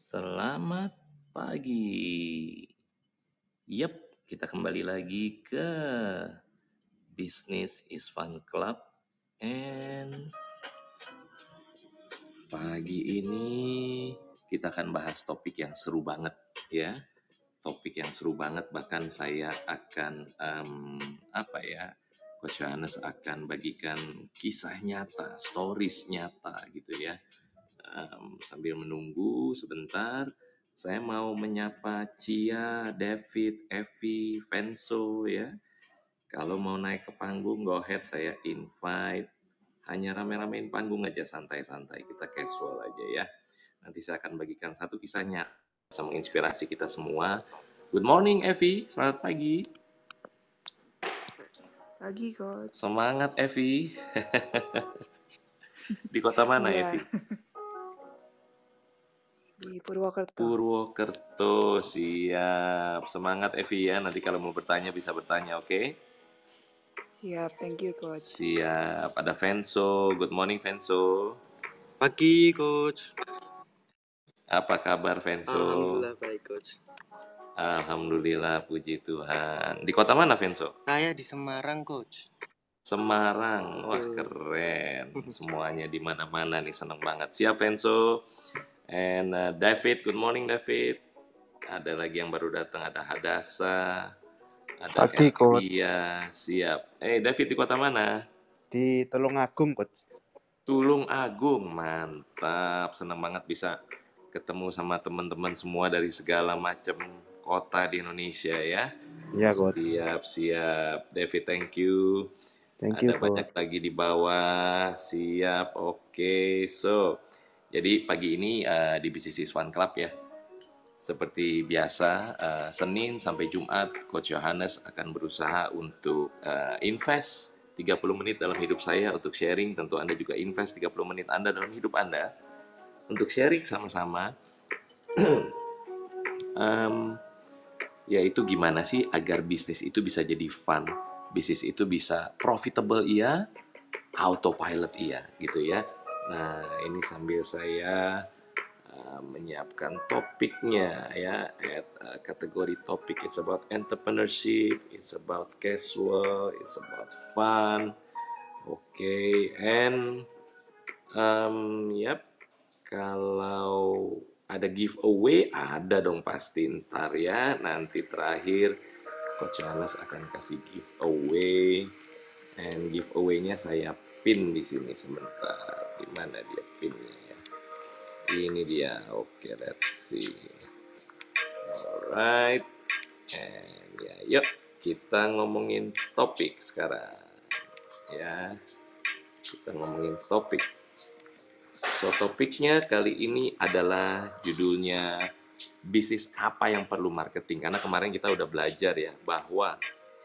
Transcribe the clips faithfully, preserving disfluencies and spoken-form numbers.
Selamat pagi. Yap, kita kembali lagi ke Business is Fun Club. And pagi ini kita akan bahas topik yang seru banget ya. Topik yang seru banget, bahkan saya akan em, apa ya? Coach Johannes akan bagikan kisah nyata, stories nyata gitu ya. Um, sambil menunggu sebentar, saya mau menyapa Cia, David, Evi, Venso ya. Kalau mau naik ke panggung, go ahead, saya invite. Hanya rame-ramein panggung aja, santai-santai. Kita casual aja ya. Nanti saya akan bagikan satu kisahnya bisa menginspirasi kita semua. Good morning, Evi. Selamat pagi. Pagi, Coach. Semangat, Evi. Di kota mana, Iya. Evi? Di Purwokerto. Purwokerto, siap. Semangat Evi ya, nanti kalau mau bertanya bisa bertanya, oke? Okay? Siap, thank you, Coach. Siap, ada Venso. Good morning, Venso. Pagi, Coach. Apa kabar, Venso? Alhamdulillah baik, Coach. Alhamdulillah, puji Tuhan. Di kota mana, Venso? Saya di Semarang, Coach. Semarang, wah Betul. keren. Semuanya di mana-mana nih, seneng banget. Siap, Venso. And uh, David, good morning, David. Ada lagi yang baru datang, ada Hadasa. Ada Pagi, Coach. Iya, siap. Eh, David di kota mana? Di Tulungagung, Coach. Tulungagung, mantap. Senang banget bisa ketemu sama teman-teman semua dari segala macam kota di Indonesia ya. Iya, Coach. Siap, siap. David, thank you. Thank Ada you, banyak Coach. lagi di bawah. Siap, oke. Okay. So, jadi pagi ini uh, di Business is Fun Club ya. Seperti biasa, uh, Senin sampai Jumat, Coach Johannes akan berusaha untuk uh, invest tiga puluh menit dalam hidup saya untuk sharing. Tentu Anda juga invest tiga puluh menit Anda dalam hidup Anda untuk sharing sama-sama. um, yaitu gimana sih agar bisnis itu bisa jadi fun, bisnis itu bisa profitable iya, autopilot iya gitu ya. Nah, ini sambil saya Uh, menyiapkan topiknya ya, at uh, kategori topik. It's about entrepreneurship, it's about casual, it's about fun. Oke, okay. And um, yep, kalau ada giveaway ada dong pasti ntar ya. Nanti terakhir Coach Johannes akan kasih giveaway, and giveaway-nya saya pin di sini sebentar. Di mana dia pinnya? Ini dia, oke, okay, let's see. Alright, and ya, yuk kita ngomongin topik sekarang. Ya, kita ngomongin topik. So topiknya kali ini adalah judulnya bisnis apa yang perlu marketing. Karena kemarin kita udah belajar ya bahwa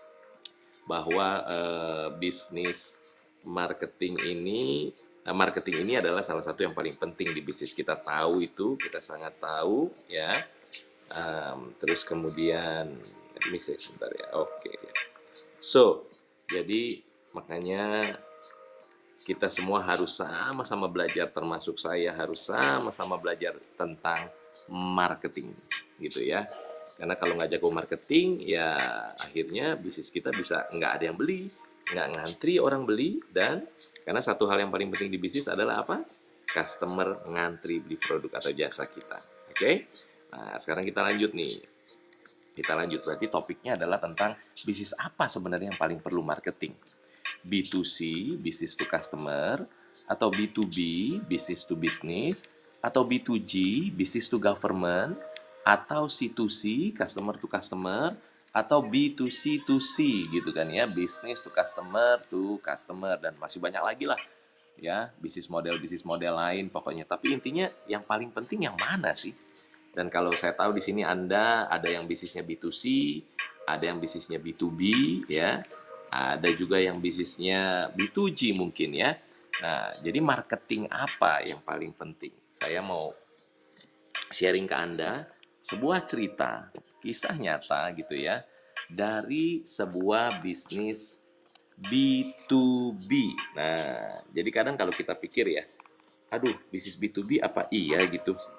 bahwa uh, bisnis marketing ini marketing ini adalah salah satu yang paling penting di bisnis. Kita tahu itu, kita sangat tahu ya. Um, terus kemudian ini saya sebentar ya. Oke. Okay. So, jadi makanya kita semua harus sama-sama belajar, termasuk saya harus sama-sama belajar tentang marketing gitu ya. Karena kalau nggak jago marketing, ya akhirnya bisnis kita bisa nggak ada yang beli, nggak ngantri orang beli, dan karena satu hal yang paling penting di bisnis adalah apa? Customer ngantri beli produk atau jasa kita. Oke? Okay? Nah, sekarang kita lanjut nih. Kita lanjut, berarti topiknya adalah tentang bisnis apa sebenarnya yang paling perlu marketing. B to C, business to customer, atau B to B, business to business, atau B to G, business to government, atau C to C, customer to customer, atau B to C to C gitu kan ya, business to customer to customer, dan masih banyak lagi lah ya, bisnis model bisnis model lain pokoknya. Tapi intinya yang paling penting yang mana sih? Dan kalau saya tahu di sini Anda ada yang bisnisnya B to C, ada yang bisnisnya B to B ya, ada juga yang bisnisnya B to G mungkin ya. Nah, jadi marketing apa yang paling penting? Saya mau sharing ke Anda sebuah cerita, kisah nyata gitu ya, dari sebuah bisnis B to B. Nah, jadi kadang kalau kita pikir ya, aduh bisnis B to B apa iya gitu?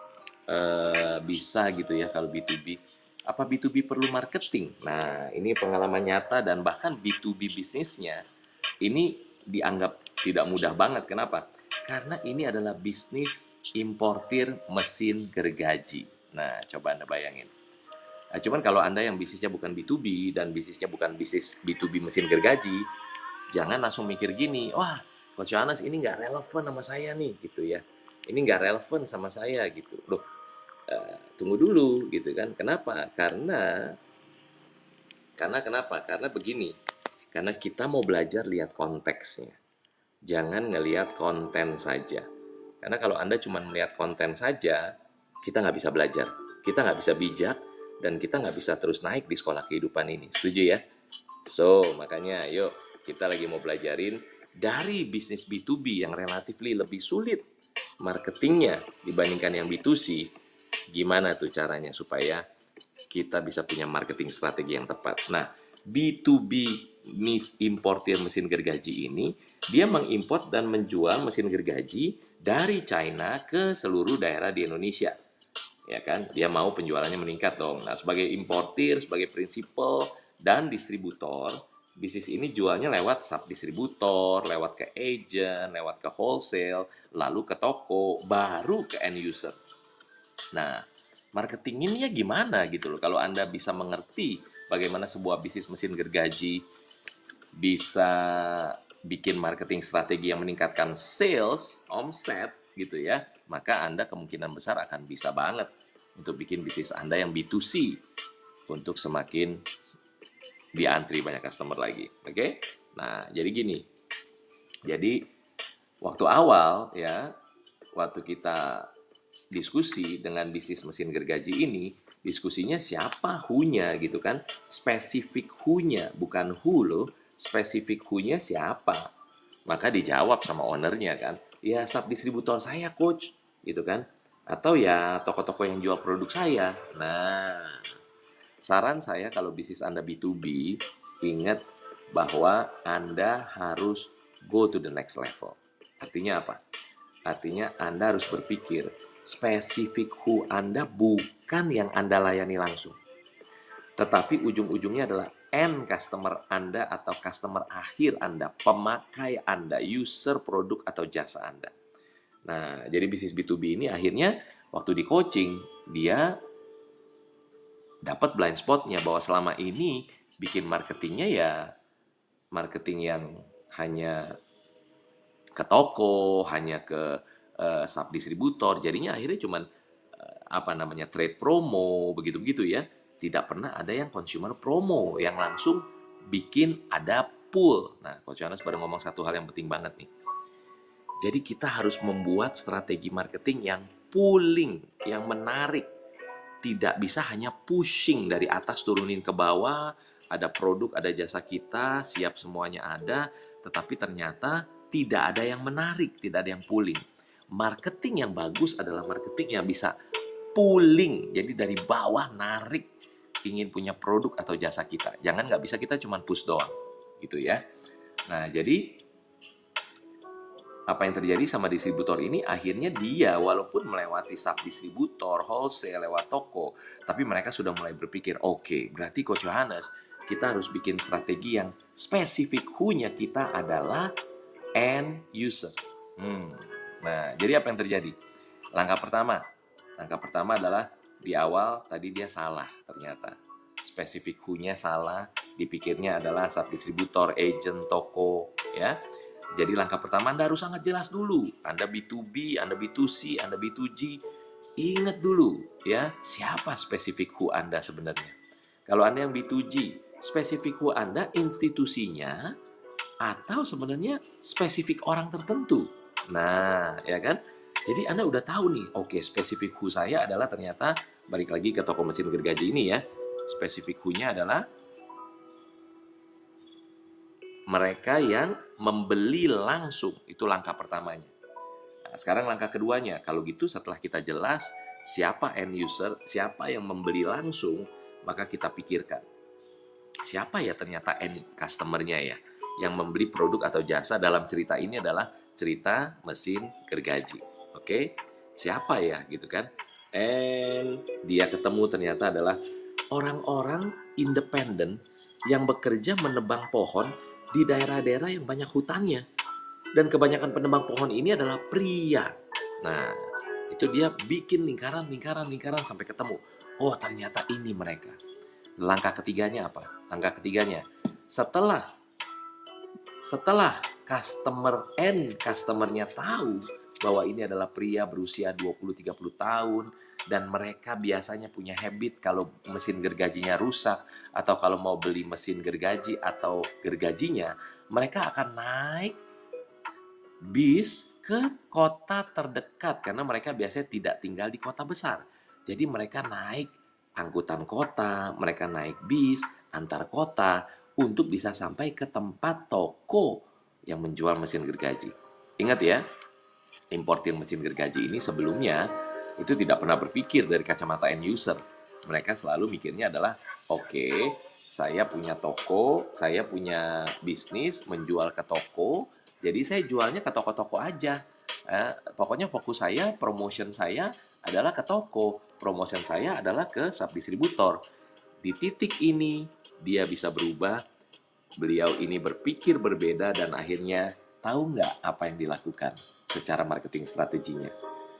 eh, bisa gitu ya kalau B to B. Apa B to B perlu marketing? Nah, ini pengalaman nyata dan bahkan B to B bisnisnya ini dianggap tidak mudah banget. Kenapa? Karena ini adalah bisnis importir mesin gergaji. Nah, coba Anda bayangin. Nah, cuman kalau Anda yang bisnisnya bukan B to B dan bisnisnya bukan bisnis B to B mesin gergaji, jangan langsung mikir gini, wah, Coach Yohanes ini nggak relevan sama saya nih, gitu ya. Ini nggak relevan sama saya, gitu. Loh, uh, tunggu dulu, gitu kan. Kenapa? Karena, karena kenapa? Karena begini, karena kita mau belajar lihat konteksnya. Jangan ngelihat konten saja. Karena kalau Anda cuma melihat konten saja, kita nggak bisa belajar. Kita nggak bisa bijak, dan kita nggak bisa terus naik di sekolah kehidupan ini. Setuju ya? So, makanya yuk kita lagi mau belajarin dari bisnis B to B yang relatifly lebih sulit marketingnya dibandingkan yang B to C. Gimana tuh caranya supaya kita bisa punya marketing strategi yang tepat. Nah, B to B mis importir mesin gergaji ini, dia mengimport dan menjual mesin gergaji dari China ke seluruh daerah di Indonesia. Ya kan, dia mau penjualannya meningkat dong. Nah, sebagai importir, sebagai prinsipal dan distributor, bisnis ini jualnya lewat sub-distributor, lewat ke agent, lewat ke wholesale, lalu ke toko, baru ke end user. Nah, marketinginnya gimana gitu loh. Kalau Anda bisa mengerti bagaimana sebuah bisnis mesin gergaji bisa bikin marketing strategi yang meningkatkan sales, omset gitu ya, maka Anda kemungkinan besar akan bisa banget untuk bikin bisnis Anda yang B to C untuk semakin diantri banyak customer lagi. Oke? Okay? Nah, jadi gini. Jadi waktu awal ya, waktu kita diskusi dengan bisnis mesin gergaji ini, diskusinya siapa who-nya gitu kan? Spesifik who-nya, bukan who loh, spesifik who-nya siapa? Maka dijawab sama ownernya kan, ya sub distributor saya coach, gitu kan? Atau ya toko-toko yang jual produk saya. Nah, saran saya kalau bisnis Anda B to B, ingat bahwa Anda harus go to the next level. Artinya apa? Artinya Anda harus berpikir, spesifik who Anda bukan yang Anda layani langsung. Tetapi ujung-ujungnya adalah end customer Anda atau customer akhir Anda, pemakai Anda, user produk atau jasa Anda. Nah, jadi bisnis B to B ini akhirnya waktu di coaching, dia dapat blind spotnya bahwa selama ini bikin marketingnya ya marketing yang hanya ke toko, hanya ke uh, sub distributor, jadinya akhirnya cuman uh, apa namanya trade promo begitu-begitu ya. Tidak pernah ada yang consumer promo yang langsung bikin ada pool. Nah, Coach Yohanes baru ngomong satu hal yang penting banget nih. Jadi kita harus membuat strategi marketing yang pooling, yang menarik. Tidak bisa hanya pushing dari atas turunin ke bawah, ada produk, ada jasa kita, siap semuanya ada, tetapi ternyata tidak ada yang menarik, tidak ada yang pooling. Marketing yang bagus adalah marketing yang bisa pooling, jadi dari bawah narik ingin punya produk atau jasa kita. Jangan nggak bisa kita cuma push doang, gitu ya. Nah, jadi apa yang terjadi sama distributor ini, akhirnya dia walaupun melewati sub distributor, wholesale, lewat toko, tapi mereka sudah mulai berpikir, oke, okay, berarti Coach Yohanes, kita harus bikin strategi yang spesifik who-nya kita adalah end user. Hmm. Nah, jadi apa yang terjadi? Langkah pertama, langkah pertama adalah di awal tadi dia salah ternyata. Spesifik who-nya salah, dipikirnya adalah sub distributor, agent, toko, ya. Jadi langkah pertama Anda harus sangat jelas dulu. Anda B to B, Anda B to C, Anda B to G. Ingat dulu ya, siapa spesifik who Anda sebenarnya. Kalau Anda yang B to G, spesifik who Anda institusinya atau sebenarnya spesifik orang tertentu. Nah, ya kan? Jadi Anda udah tahu nih, oke, spesifik who saya adalah ternyata, balik lagi ke toko mesin gergaji ini ya, spesifik who-nya adalah mereka yang membeli langsung. Itu langkah pertamanya. Nah, sekarang langkah keduanya, kalau gitu setelah kita jelas siapa end user, siapa yang membeli langsung, maka kita pikirkan, siapa ya ternyata end customer-nya ya, yang membeli produk atau jasa dalam cerita ini adalah cerita mesin gergaji. Oke, siapa ya gitu kan? And dia ketemu ternyata adalah orang-orang independen yang bekerja menebang pohon di daerah-daerah yang banyak hutannya. Dan kebanyakan penebang pohon ini adalah pria. Nah, itu dia bikin lingkaran, lingkaran, lingkaran sampai ketemu. Oh, ternyata ini mereka. Langkah ketiganya apa? Langkah ketiganya, setelah setelah customer end customernya tahu bahwa ini adalah pria berusia dua puluh tiga puluh tahun dan mereka biasanya punya habit kalau mesin gergajinya rusak atau kalau mau beli mesin gergaji atau gergajinya, mereka akan naik bis ke kota terdekat karena mereka biasanya tidak tinggal di kota besar. Jadi mereka naik angkutan kota, mereka naik bis antar kota untuk bisa sampai ke tempat toko yang menjual mesin gergaji. Ingat ya, importir mesin gergaji ini sebelumnya itu tidak pernah berpikir dari kacamata end user. Mereka selalu mikirnya adalah, oke, okay, saya punya toko, saya punya bisnis menjual ke toko, jadi saya jualnya ke toko-toko aja. Eh, pokoknya fokus saya, promotion saya adalah ke toko, promotion saya adalah ke sub-distributor. Di titik ini, dia bisa berubah, beliau ini berpikir berbeda dan akhirnya tahu nggak apa yang dilakukan secara marketing strateginya.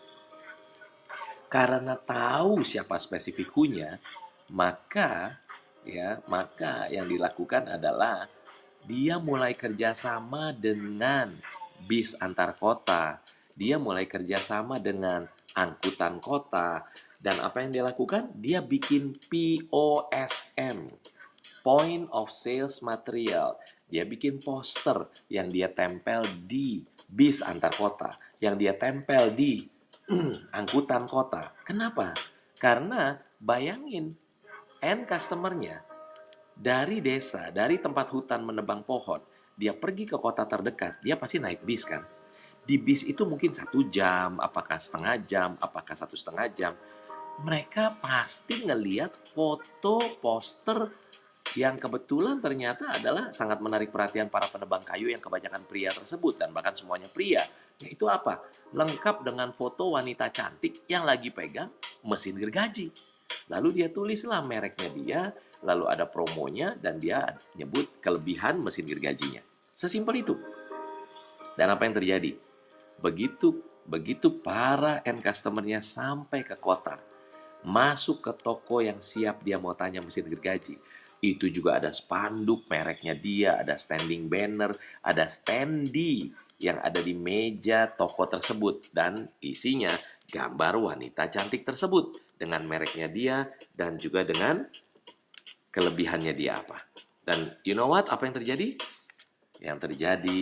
Karena tahu siapa spesifik who-nya, maka ya, maka yang dilakukan adalah dia mulai kerjasama dengan bis antar kota, dia mulai kerjasama dengan angkutan kota, dan apa yang dia lakukan? Dia bikin P O S M, Point of Sales Material. Dia bikin poster yang dia tempel di bis antar kota, yang dia tempel di angkutan kota. Kenapa? Karena bayangin, end customer-nya dari desa, dari tempat hutan menebang pohon, dia pergi ke kota terdekat, dia pasti naik bis kan. Di bis itu mungkin satu jam, apakah setengah jam, apakah satu setengah jam. Mereka pasti ngeliat foto poster yang kebetulan ternyata adalah sangat menarik perhatian para penebang kayu yang kebanyakan pria tersebut, dan bahkan semuanya pria. Yaitu apa? Lengkap dengan foto wanita cantik yang lagi pegang mesin gergaji. Lalu dia tulislah mereknya dia, lalu ada promonya, dan dia nyebut kelebihan mesin gergajinya. Sesimpel itu. Dan apa yang terjadi? Begitu begitu para end customer-nya sampai ke kota, masuk ke toko yang siap dia mau tanya mesin gergaji, itu juga ada spanduk mereknya dia, ada standing banner, ada standee yang ada di meja toko tersebut, dan isinya gambar wanita cantik tersebut dengan mereknya dia dan juga dengan kelebihannya dia apa. Dan you know what? Apa yang terjadi? Yang terjadi,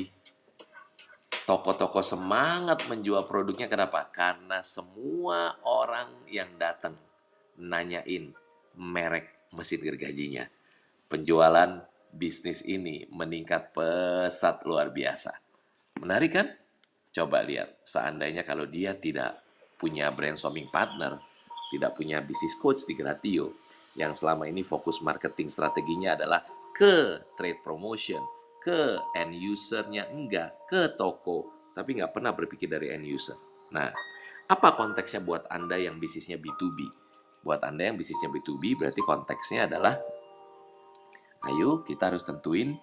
toko-toko semangat menjual produknya. Kenapa? Karena semua orang yang datang nanyain merek mesin gergajinya. Penjualan bisnis ini meningkat pesat luar biasa. Menarik kan? Coba lihat, seandainya kalau dia tidak punya brainstorming partner, tidak punya business coach di Gratio, yang selama ini fokus marketing strateginya adalah ke trade promotion, ke end user-nya, enggak, ke toko, tapi nggak pernah berpikir dari end user. Nah, apa konteksnya buat Anda yang bisnisnya B to B? Buat Anda yang bisnisnya B to B, berarti konteksnya adalah, ayo kita harus tentuin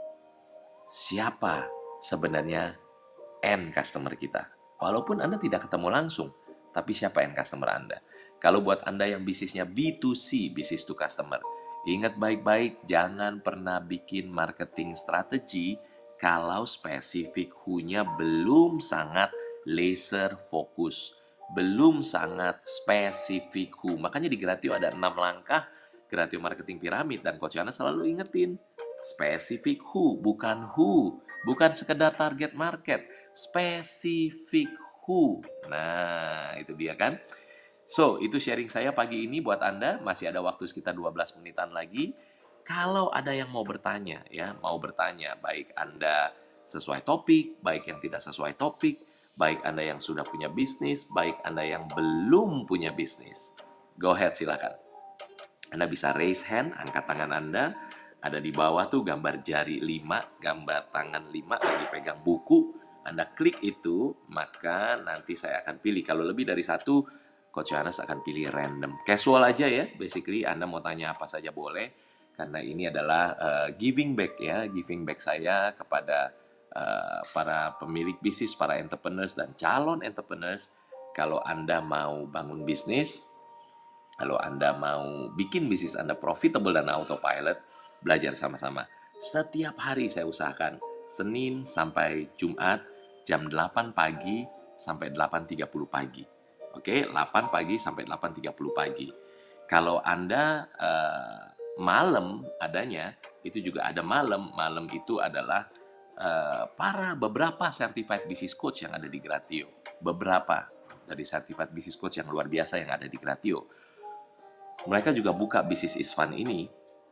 siapa sebenarnya end customer kita. Walaupun Anda tidak ketemu langsung, tapi siapa end customer Anda? Kalau buat Anda yang bisnisnya B to C, business to customer, ingat baik-baik, jangan pernah bikin marketing strategi kalau spesifik who-nya belum sangat laser fokus, belum sangat spesifik who. Makanya di Gratio ada enam langkah Gratio Marketing Piramid, dan Coach Yana selalu ingetin, spesifik who, bukan who. Bukan sekedar target market, spesifik who. Nah, itu dia kan. So, itu sharing saya pagi ini buat Anda. Masih ada waktu sekitar dua belas menitan lagi. Kalau ada yang mau bertanya, ya, mau bertanya, baik Anda sesuai topik, baik yang tidak sesuai topik, baik Anda yang sudah punya bisnis, baik Anda yang belum punya bisnis. Go ahead, silakan. Anda bisa raise hand, angkat tangan Anda. Ada di bawah tuh gambar jari lima, gambar tangan lima lagi pegang buku. Anda klik itu, maka nanti saya akan pilih. Kalau lebih dari satu, Coach Yohanes akan pilih random. Casual aja ya, basically Anda mau tanya apa saja boleh. Karena ini adalah uh, giving back ya, giving back saya kepada uh, para pemilik bisnis, para entrepreneurs dan calon entrepreneurs. Kalau Anda mau bangun bisnis, kalau Anda mau bikin bisnis Anda profitable dan autopilot, belajar sama-sama. Setiap hari saya usahakan, Senin sampai Jumat, jam delapan pagi sampai delapan tiga puluh pagi. Oke, delapan pagi sampai delapan tiga puluh pagi. Kalau Anda uh, malam adanya, itu juga ada malam. Malam itu adalah uh, para beberapa certified business coach yang ada di Gratio. Beberapa dari certified business coach yang luar biasa yang ada di Gratio. Mereka juga buka Business is Fun ini,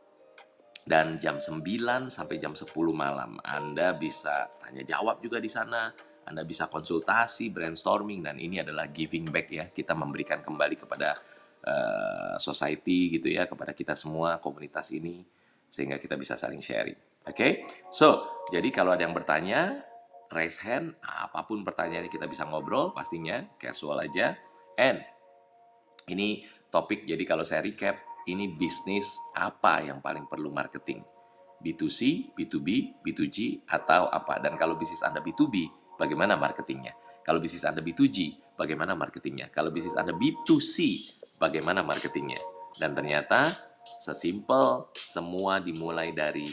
dan jam sembilan sampai jam sepuluh malam Anda bisa tanya jawab juga di sana. Anda bisa konsultasi, brainstorming, dan ini adalah giving back ya. Kita memberikan kembali kepada uh, society gitu ya, kepada kita semua komunitas ini, sehingga kita bisa saling sharing. Oke, okay? So jadi kalau ada yang bertanya, raise hand, apapun pertanyaannya kita bisa ngobrol, pastinya casual aja. And ini topik, jadi kalau saya recap, ini bisnis apa yang paling perlu marketing? B dua C, B dua B, B dua G, atau apa? Dan kalau bisnis Anda B dua B, bagaimana marketingnya? Kalau bisnis Anda B dua G, bagaimana marketingnya? Kalau bisnis Anda B dua C, bagaimana marketingnya? Dan ternyata sesimpel semua dimulai dari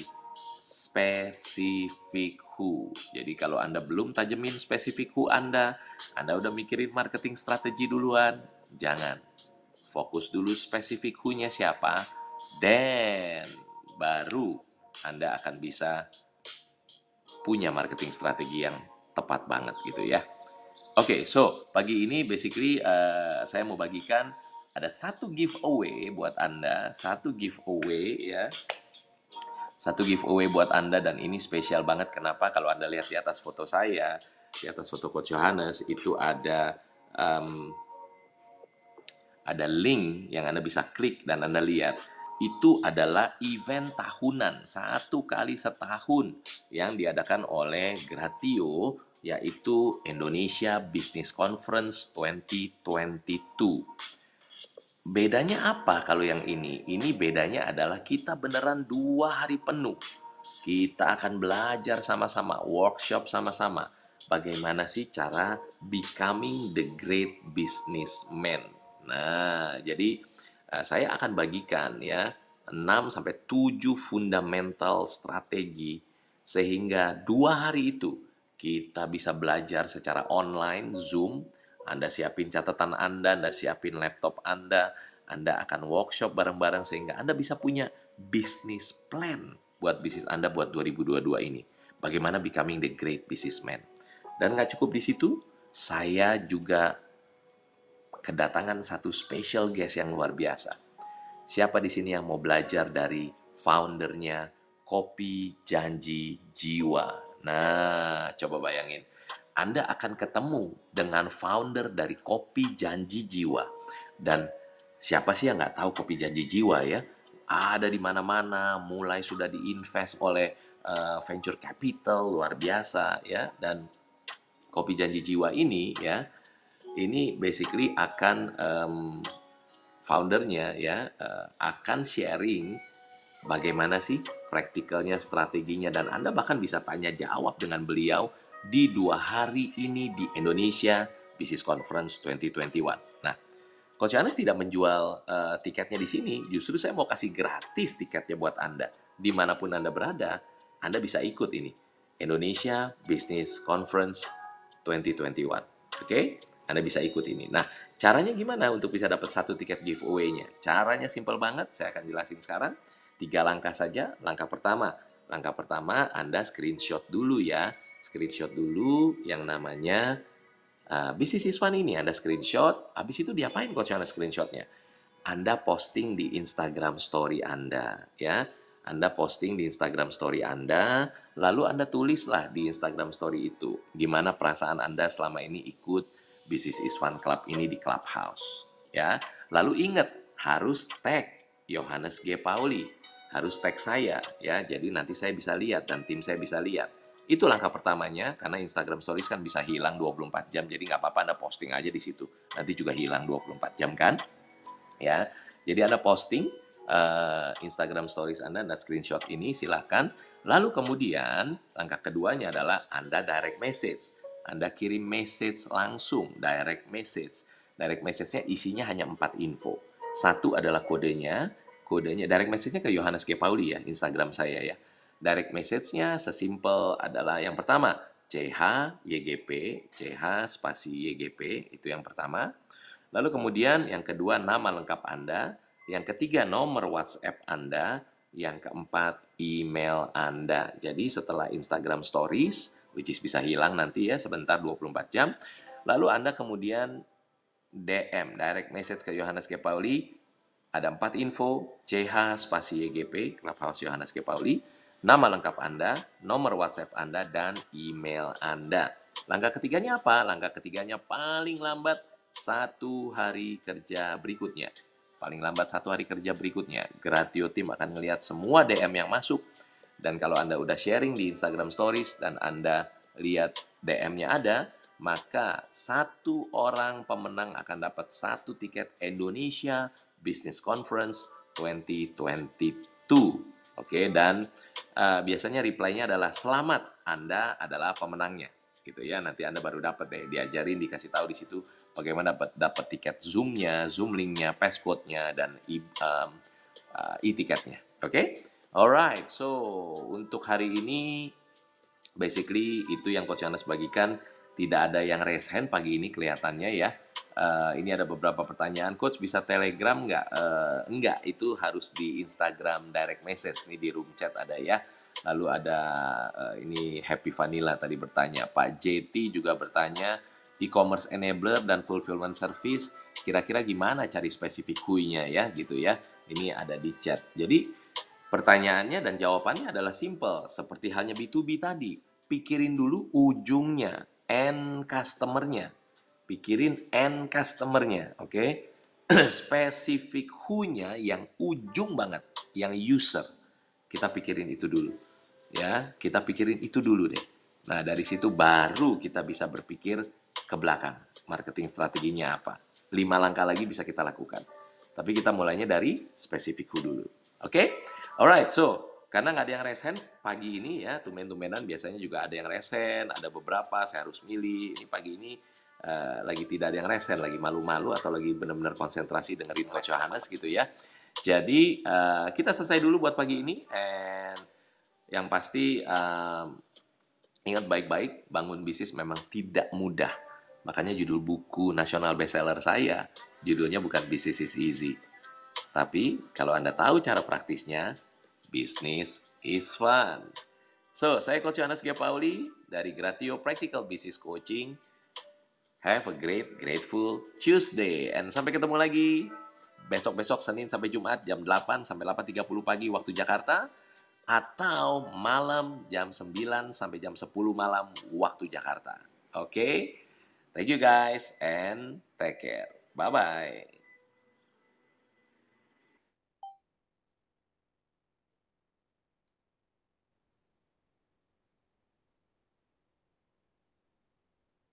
specific who. Jadi kalau Anda belum tajemin specific who Anda, Anda udah mikirin marketing strategi duluan, jangan. Fokus dulu spesifik who-nya siapa, dan baru Anda akan bisa punya marketing strategi yang tepat banget gitu ya. Oke, okay, so pagi ini basically uh, saya mau bagikan ada satu giveaway buat Anda, satu giveaway ya. Satu giveaway buat Anda, dan ini spesial banget. Kenapa? Kalau Anda lihat di atas foto saya, di atas foto Coach Yohanes, itu ada um, ada link yang Anda bisa klik dan Anda lihat. Itu adalah event tahunan, satu kali setahun yang diadakan oleh Gratio, yaitu Indonesia Business Conference dua ribu dua puluh dua. Bedanya apa kalau yang ini? Ini bedanya adalah kita beneran dua hari penuh. Kita akan belajar sama-sama, workshop sama-sama. Bagaimana sih cara becoming the great businessman? Nah, jadi uh, saya akan bagikan ya enam sampai tujuh fundamental strategi sehingga dua hari itu kita bisa belajar secara online, Zoom. Anda siapin catatan Anda, Anda siapin laptop Anda, Anda akan workshop bareng-bareng sehingga Anda bisa punya business plan buat bisnis Anda buat dua ribu dua puluh dua ini. Bagaimana becoming the great businessman. Dan nggak cukup di situ, saya juga kedatangan satu special guest yang luar biasa. Siapa di sini yang mau belajar dari foundernya Kopi Janji Jiwa? Nah, coba bayangin. Anda akan ketemu dengan founder dari Kopi Janji Jiwa. Dan siapa sih yang nggak tahu Kopi Janji Jiwa ya? Ada di mana-mana, mulai sudah diinvest oleh uh, venture capital luar biasa ya. Dan Kopi Janji Jiwa ini ya, ini basically akan um, foundernya ya uh, akan sharing bagaimana sih praktikalnya, strateginya, dan Anda bahkan bisa tanya jawab dengan beliau di dua hari ini di Indonesia Business Conference dua ribu dua puluh satu. Nah, Coach Yohanes tidak menjual uh, tiketnya di sini, justru saya mau kasih gratis tiketnya buat Anda. Dimanapun Anda berada, Anda bisa ikut ini. Indonesia Business Conference dua ribu dua puluh satu. Oke? Okay? Anda bisa ikut ini. Nah, caranya gimana untuk bisa dapat satu tiket giveaway-nya? Caranya simple banget, saya akan jelasin sekarang. Tiga langkah saja. Langkah pertama, langkah pertama Anda screenshot dulu ya. Screenshot dulu yang namanya uh, Business is Fun ini. Anda screenshot, habis itu diapain Coach Yohanes screenshotnya? Anda posting di Instagram story Anda, ya. Anda posting di Instagram story Anda, lalu Anda tulislah di Instagram story itu gimana perasaan Anda selama ini ikut Business is Fun Club ini di Clubhouse, ya. Lalu ingat, harus tag Yohanes G. Pauli, harus tag saya, ya. Jadi nanti saya bisa lihat dan tim saya bisa lihat. Itu langkah pertamanya, karena Instagram Stories kan bisa hilang dua puluh empat jam, jadi nggak apa-apa Anda posting aja di situ. Nanti juga hilang dua puluh empat jam kan? Ya, jadi Anda posting uh, Instagram Stories Anda, Anda screenshot ini, silahkan. Lalu kemudian, langkah keduanya adalah Anda direct message. Anda kirim message langsung, direct message. Direct message-nya isinya hanya empat info. Satu adalah kodenya, kodenya direct message-nya ke Yohanes G. Pauli ya, Instagram saya ya. Direct message-nya sesimpel adalah yang pertama, C H Y G P, C H spasi Y G P, itu yang pertama. Lalu kemudian yang kedua, nama lengkap Anda. Yang ketiga, nomor WhatsApp Anda. Yang keempat, email Anda. Jadi setelah Instagram Stories, which is bisa hilang nanti ya, sebentar dua puluh empat jam. Lalu Anda kemudian D M, direct message ke Yohanes G. Pauli. Ada empat info, C H spasi Y G P, Clubhouse Yohanes G. Pauli. Nama lengkap Anda, nomor WhatsApp Anda, dan email Anda. Langkah ketiganya apa? Langkah ketiganya paling lambat satu hari kerja berikutnya. Paling lambat satu hari kerja berikutnya. Gratio Team akan melihat semua D M yang masuk. Dan kalau Anda udah sharing di Instagram Stories dan Anda lihat D M-nya ada, maka satu orang pemenang akan dapat satu tiket Indonesia Business Conference dua ribu dua puluh dua. Oke, dan uh, biasanya reply-nya adalah selamat, Anda adalah pemenangnya. Gitu ya, nanti Anda baru dapat deh, diajarin, dikasih tahu di situ bagaimana dapat dapat tiket Zoom-nya, Zoom link-nya, passcode-nya, dan e, um, uh, e-tiketnya. Oke? Alright, so untuk hari ini basically itu yang Coach Yohanes bagikan. Tidak ada yang raise hand pagi ini kelihatannya ya. Uh, ini ada beberapa pertanyaan. Coach bisa Telegram nggak? Uh, enggak, itu harus di Instagram direct message. Ini di room chat ada ya. Lalu ada uh, ini Happy Vanilla tadi bertanya. Pak J T juga bertanya, e-commerce enabler dan fulfillment service, kira-kira gimana cari spesifik W H U-nya ya gitu ya. Ini ada di chat. Jadi pertanyaannya dan jawabannya adalah simple. Seperti halnya B to B tadi. Pikirin dulu ujungnya, end customer-nya. Pikirin end customer-nya, oke? Okay? Spesifik who-nya yang ujung banget, yang user. Kita pikirin itu dulu. Ya, kita pikirin itu dulu deh. Nah, dari situ baru kita bisa berpikir ke belakang. Marketing strateginya apa? Lima langkah lagi bisa kita lakukan. Tapi kita mulainya dari spesifik who dulu. Oke? Okay? Alright, so karena nggak ada yang raise hand pagi ini ya, tumben-tumbenan biasanya juga ada yang raise hand, ada beberapa, saya harus milih. Ini pagi ini uh, lagi tidak ada yang raise hand, lagi malu-malu atau lagi benar-benar konsentrasi dengerin Coach Yohanes gitu ya. Jadi uh, kita selesai dulu buat pagi ini, and yang pasti um, ingat baik-baik, bangun bisnis memang tidak mudah. Makanya judul buku nasional bestseller saya, judulnya bukan Business is Easy. Tapi kalau Anda tahu cara praktisnya, business is fun. So, saya Coach Yohanes G. Pauli dari Gratio Practical Business Coaching. Have a great, grateful Tuesday. And sampai ketemu lagi besok-besok Senin sampai Jumat jam delapan sampai delapan tiga puluh pagi waktu Jakarta. Atau malam jam sembilan sampai jam sepuluh malam waktu Jakarta. Oke? Okay? Thank you guys and take care. Bye-bye.